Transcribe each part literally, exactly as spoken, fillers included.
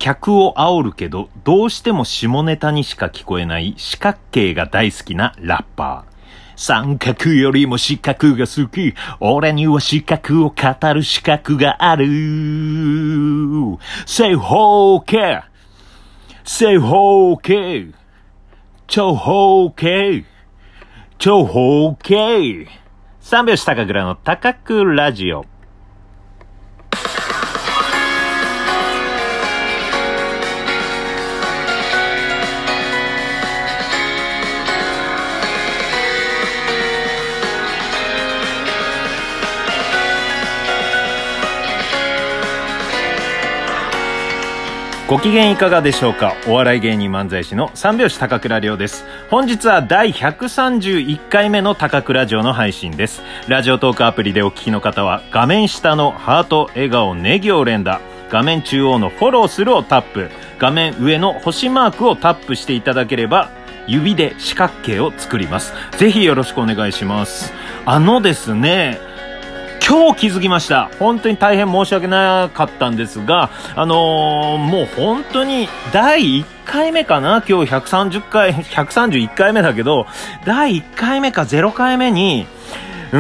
客を煽るけど、どうしても下ネタにしか聞こえない四角形が大好きなラッパー。三角よりも四角が好き。俺には四角を語る資格がある。正方形。正方形。長方形。長方形。三拍子高倉の高倉ラジオ。ご機嫌いかがでしょうか。お笑い芸人漫才師の三拍子高倉涼です。本日は第ひゃくさんじゅういっかいめの高倉城の配信です。ラジオトークアプリでお聞きの方は画面下のハート、笑顔、ネギを連打、画面中央のフォローするをタップ、画面上の星マークをタップしていただければ指で四角形を作ります。ぜひよろしくお願いします。あのですね、今日気づきました。本当に大変申し訳なかったんですが、あのー、もう本当にだいいっかいめかな。今日ひゃくさんじゅっかい、ひゃくさんじゅういっかいめだけど、だいいっかいめかゼロかいめに、うん、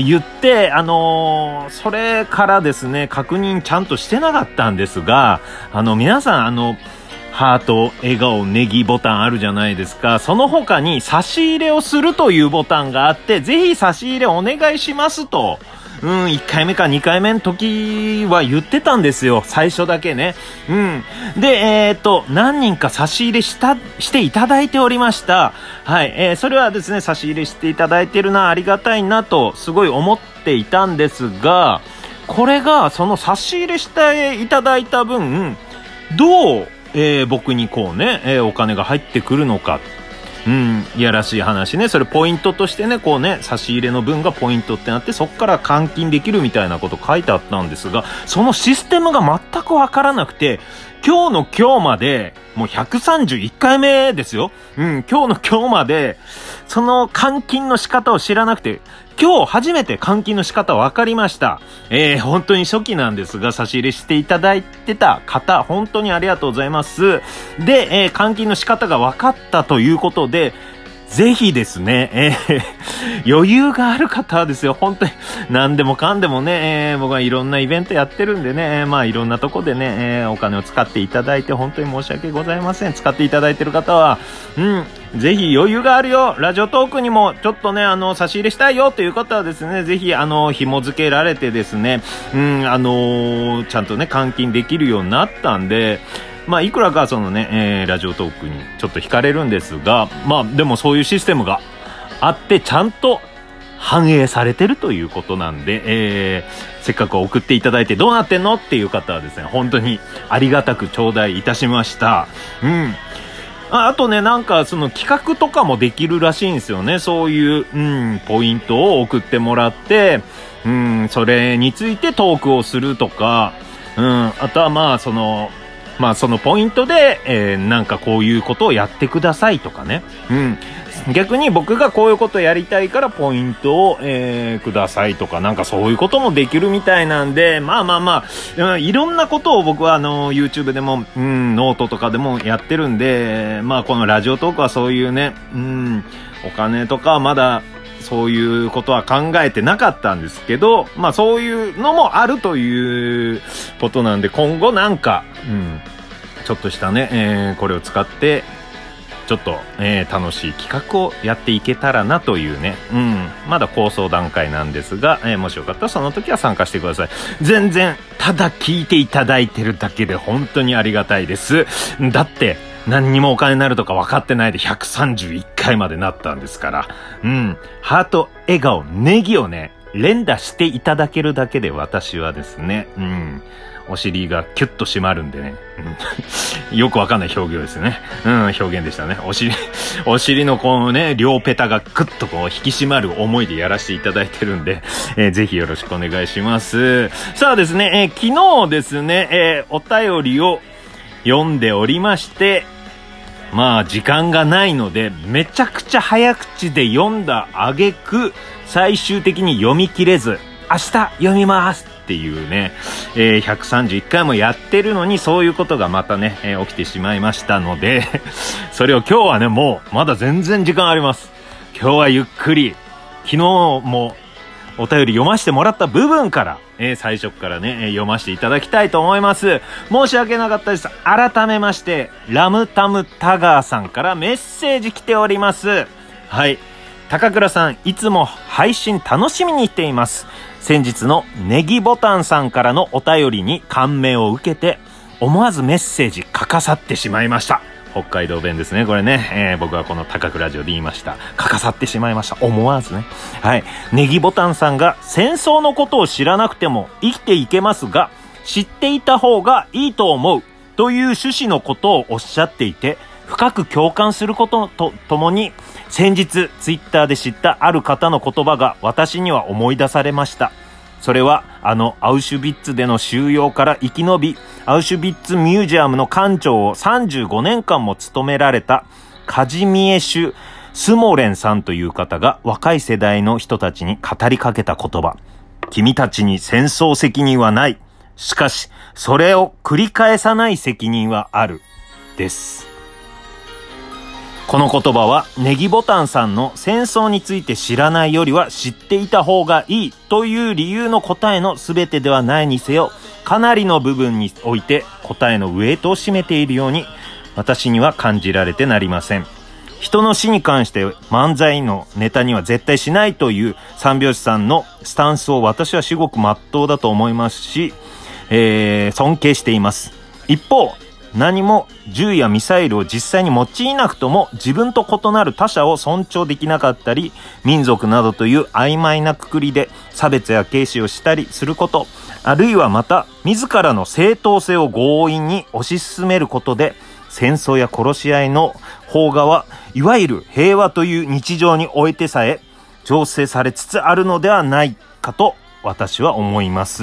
言って、あのー、それからですね、確認ちゃんとしてなかったんですが、あの、皆さん、あの、ハート、笑顔、ネギボタンあるじゃないですか。その他に差し入れをするというボタンがあって、ぜひ差し入れお願いしますと。うん、いっかいめかにかいめの時は言ってたんですよ。最初だけね。うん。で、えー、っと、何人か差し入れした、していただいておりました。はい。えー、それはですね、差し入れしていただいてるな、ありがたいなと、すごい思っていたんですが、これが、その差し入れしていただいた分、どう、えー、僕にこうね、えー、お金が入ってくるのか。うん、いやらしい話ね。それポイントとしてね、こうね、差し入れの分がポイントってなって、そっから換金できるみたいなこと書いてあったんですが、そのシステムが全くわからなくて、今日の今日まで、もうひゃくさんじゅういっかいめですよ。うん、今日の今日まで、その換金の仕方を知らなくて、今日初めて換金の仕方分かりました。えー、本当に初期なんですが、差し入れしていただいてた方、本当にありがとうございます。で、えー、換金の仕方が分かったということで、ぜひですね、えー、余裕がある方はですよ、本当に何でもかんでもね、えー、僕はいろんなイベントやってるんでね、えー、まあいろんなとこでね、えー、お金を使っていただいて本当に申し訳ございません。使っていただいてる方は、うん、ぜひ余裕があるよ、ラジオトークにもちょっとね、あの、差し入れしたいよという方はですね、ぜひあの、紐付けられてですね、うん、あのー、ちゃんとね、換金できるようになったんで、まあいくらかそのね、えー、ラジオトークにちょっと惹かれるんですが、まあでもそういうシステムがあってちゃんと反映されてるということなんで、えー、せっかく送っていただいてどうなってんのっていう方はですね、本当にありがたく頂戴いたしました。うん。あ, あとね、なんかその企画とかもできるらしいんですよね。そういう、うん、ポイントを送ってもらって、うん、それについてトークをするとか、うん、あとはまあその、まあそのポイントで、えー、なんかこういうことをやってくださいとかね。うん。逆に僕がこういうことをやりたいからポイントを、えー、くださいとか、なんかそういうこともできるみたいなんで、まあまあまあ、いろんなことを僕はあの YouTube でも、うん、ノートとかでもやってるんで、まあこのラジオトークはそういうね、うん、お金とかまだそういうことは考えてなかったんですけど、まあそういうのもあるということなんで、今後なんか、うん、ちょっとしたね、えー、これを使ってちょっと、えー、楽しい企画をやっていけたらなというね、うん、まだ構想段階なんですが、えー、もしよかったらその時は参加してください。全然ただ聞いていただいてるだけで本当にありがたいです。だって何にもお金になるとか分かってないでひゃくさんじゅういっかいまでなったんですから。うん。ハート、笑顔、ネギをね、連打していただけるだけで私はですね、うん。お尻がキュッと締まるんでね。うん、よくわかんない表現ですね。うん、表現でしたね。お尻、お尻のこのね、両ペタがグッとこう引き締まる思いでやらせていただいてるんで、えー、ぜひよろしくお願いします。さあですね、えー、昨日ですね、えー、お便りを読んでおりまして、まあ時間がないのでめちゃくちゃ早口で読んだ挙句最終的に読み切れず、明日読みますっていうね、えー、ひゃくさんじゅういっかいもやってるのにそういうことがまたね、えー、起きてしまいましたのでそれを今日はね、もうまだ全然時間あります。今日はゆっくり昨日もお便り読ませてもらった部分から、えー、最初からね、えー、読ませていただきたいと思います。申し訳なかったです。改めましてラムタムタガーさんからメッセージ来ております。はい、高倉さん、いつも配信楽しみにしています。先日のネギボタンさんからのお便りに感銘を受けて思わずメッセージ書かさってしまいました。北海道弁ですね、これね、えー、僕はこの高倉ラジオで言いました。書かさってしまいました。思わずね。はい。ネギボタンさんが戦争のことを知らなくても生きていけますが、知っていた方がいいと思うという趣旨のことをおっしゃっていて、深く共感することとともに、先日ツイッターで知ったある方の言葉が私には思い出されました。それはあのアウシュビッツでの収容から生き延び、アウシュビッツミュージアムの館長をさんじゅうごねんかんも務められたカジミエシュ・スモレンさんという方が若い世代の人たちに語りかけた言葉。君たちに戦争責任はない。しかしそれを繰り返さない責任はある。です。この言葉はネギボタンさんの戦争について知らないよりは知っていた方がいいという理由の答えの全てではないにせよ、かなりの部分において答えのウエイトを占めているように私には感じられてなりません。人の死に関して漫才のネタには絶対しないという三拍子さんのスタンスを私は至極真っ当だと思いますし、えー、尊敬しています。一方、何も銃やミサイルを実際に用いなくとも自分と異なる他者を尊重できなかったり、民族などという曖昧なくくりで差別や軽視をしたりすること、あるいはまた自らの正当性を強引に推し進めることで戦争や殺し合いの邦画はいわゆる平和という日常においてさえ醸成されつつあるのではないかと私は思います。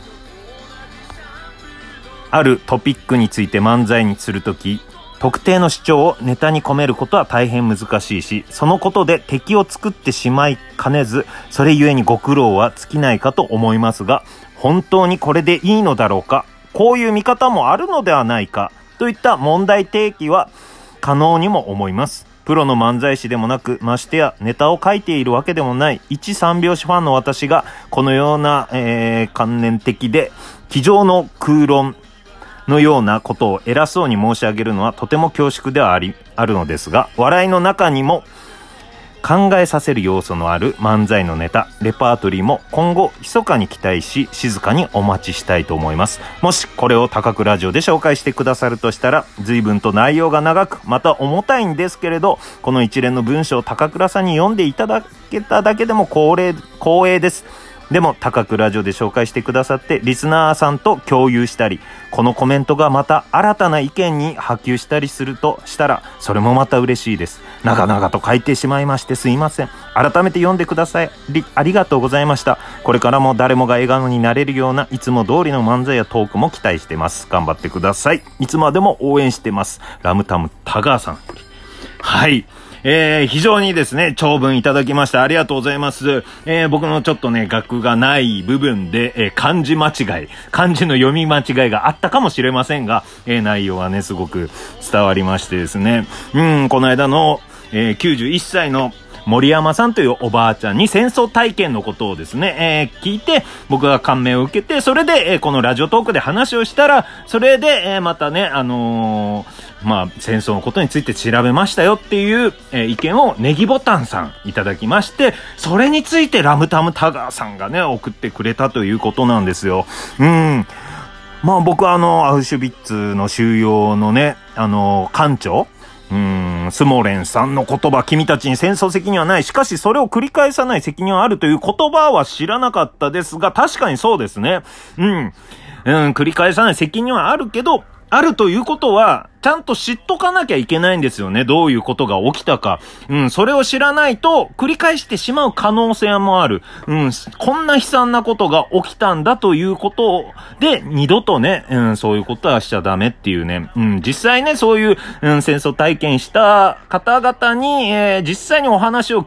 あるトピックについて漫才にするとき、特定の主張をネタに込めることは大変難しいし、そのことで敵を作ってしまいかねず、それゆえにご苦労は尽きないかと思いますが、本当にこれでいいのだろうか、こういう見方もあるのではないかといった問題提起は可能にも思います。プロの漫才師でもなく、ましてやネタを書いているわけでもない一三拍子ファンの私がこのような、えー、観念的で机上の空論のようなことを偉そうに申し上げるのはとても恐縮ではありあるのですが、笑いの中にも考えさせる要素のある漫才のネタレパートリーも今後密かに期待し、静かにお待ちしたいと思います。もしこれを高倉ラジオで紹介してくださるとしたら、随分と内容が長くまた重たいんですけれど、この一連の文章を高倉さんに読んでいただけただけでも光栄、光栄です。でも高倉ラジオで紹介してくださってリスナーさんと共有したり、このコメントがまた新たな意見に波及したりするとしたら、それもまた嬉しいです。長々と書いてしまいましてすいません。改めて読んでくださいありがとうございました。これからも誰もが笑顔になれるようないつも通りの漫才やトークも期待してます。頑張ってください。いつまでも応援してます。ラムタムタガーさん。はい、えー、非常にですね、長文いただきました。ありがとうございます。えー、僕のちょっとね、学がない部分で、えー、漢字間違い、漢字の読み間違いがあったかもしれませんが、えー、内容はね、すごく伝わりましてですね、うん、この間の、えー、きゅうじゅういっさいの森山さんというおばあちゃんに戦争体験のことをですね、えー、聞いて、僕が感銘を受けて、それで、えー、このラジオトークで話をしたら、それで、えー、またね、あのー、まあ、戦争のことについて調べましたよっていう、えー、意見をネギボタンさんいただきまして、それについてラムタムタガーさんがね、送ってくれたということなんですよ。うん。まあ僕はあの、アウシュビッツの収容のね、あの、館長うーん、スモレンさんの言葉、君たちに戦争責任はない。しかしそれを繰り返さない責任はあるという言葉は知らなかったですが、確かにそうですね。うん。うん、繰り返さない責任はあるけど、あるということは、ちゃんと知っとかなきゃいけないんですよね。どういうことが起きたか。うん、それを知らないと、繰り返してしまう可能性もある。うん、こんな悲惨なことが起きたんだということで、二度とね、うん、そういうことはしちゃダメっていうね。うん、実際ね、そういう、うん、戦争体験した方々に、えー、実際にお話を聞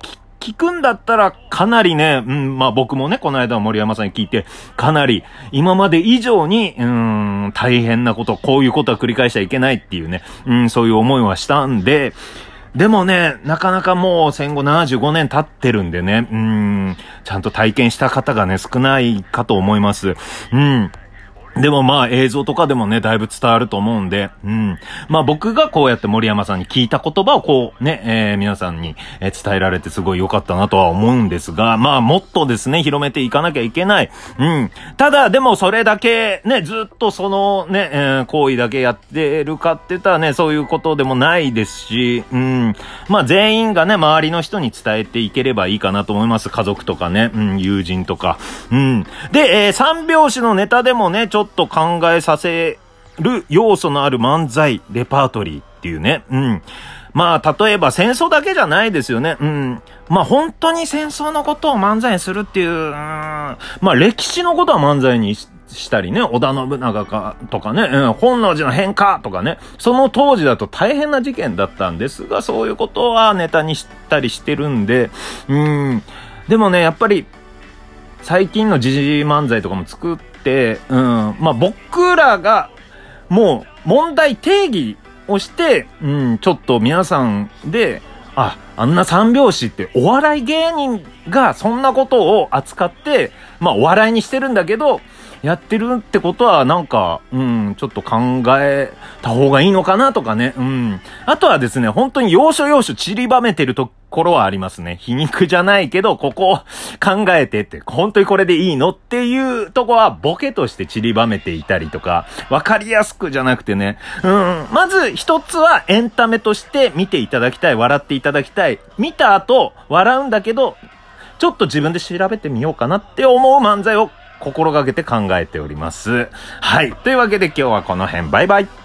聞くんだったらかなりね、うん、まあ僕もね、この間森山さんに聞いて、かなり今まで以上に、うーん、大変なこと、こういうことは繰り返しちゃいけないっていうね、うん、そういう思いはしたんで、でもね、なかなかもう戦後ななじゅうごねん経ってるんでね、うーん、ちゃんと体験した方がね、少ないかと思います。うん。でもまあ映像とかでもね、だいぶ伝わると思うんで、うん。まあ僕がこうやって森山さんに聞いた言葉をこうね、えー、皆さんに伝えられてすごい良かったなとは思うんですが、まあもっとですね、広めていかなきゃいけない。うん。ただでもそれだけね、ずっとそのね、えー、行為だけやってるかって言ったらね、そういうことでもないですし、うん。まあ全員がね、周りの人に伝えていければいいかなと思います。家族とかね、うん、友人とか。うん。で、えー、三拍子のネタでもね、ちょっとちょっと考えさせる要素のある漫才レパートリーっていうね。うん。まあ、例えば戦争だけじゃないですよね。うん。まあ、本当に戦争のことを漫才にするっていう、うん、まあ、歴史のことは漫才にししたりね、織田信長かとかね、うん、本能寺の変化とかね、その当時だと大変な事件だったんですが、そういうことはネタにしたりしてるんで、うん。でもね、やっぱり、最近の時事漫才とかも作って、で、うん、まあ、僕らが、もう、問題定義をして、うん、ちょっと皆さんで、あ、あんな三拍子ってお笑い芸人がそんなことを扱って、まあ、お笑いにしてるんだけど、やってるってことはなんか、うん、ちょっと考えた方がいいのかなとかね。うん。あとはですね、本当に要所要所散りばめてるところはありますね。皮肉じゃないけど、ここを考えてって、本当にこれでいいのっていうとこはボケとして散りばめていたりとか、わかりやすくじゃなくてね。うん。まず一つはエンタメとして見ていただきたい、笑っていただきたい。見た後、笑うんだけど、ちょっと自分で調べてみようかなって思う漫才を心がけて考えております。はい。というわけで今日はこの辺。バイバイ。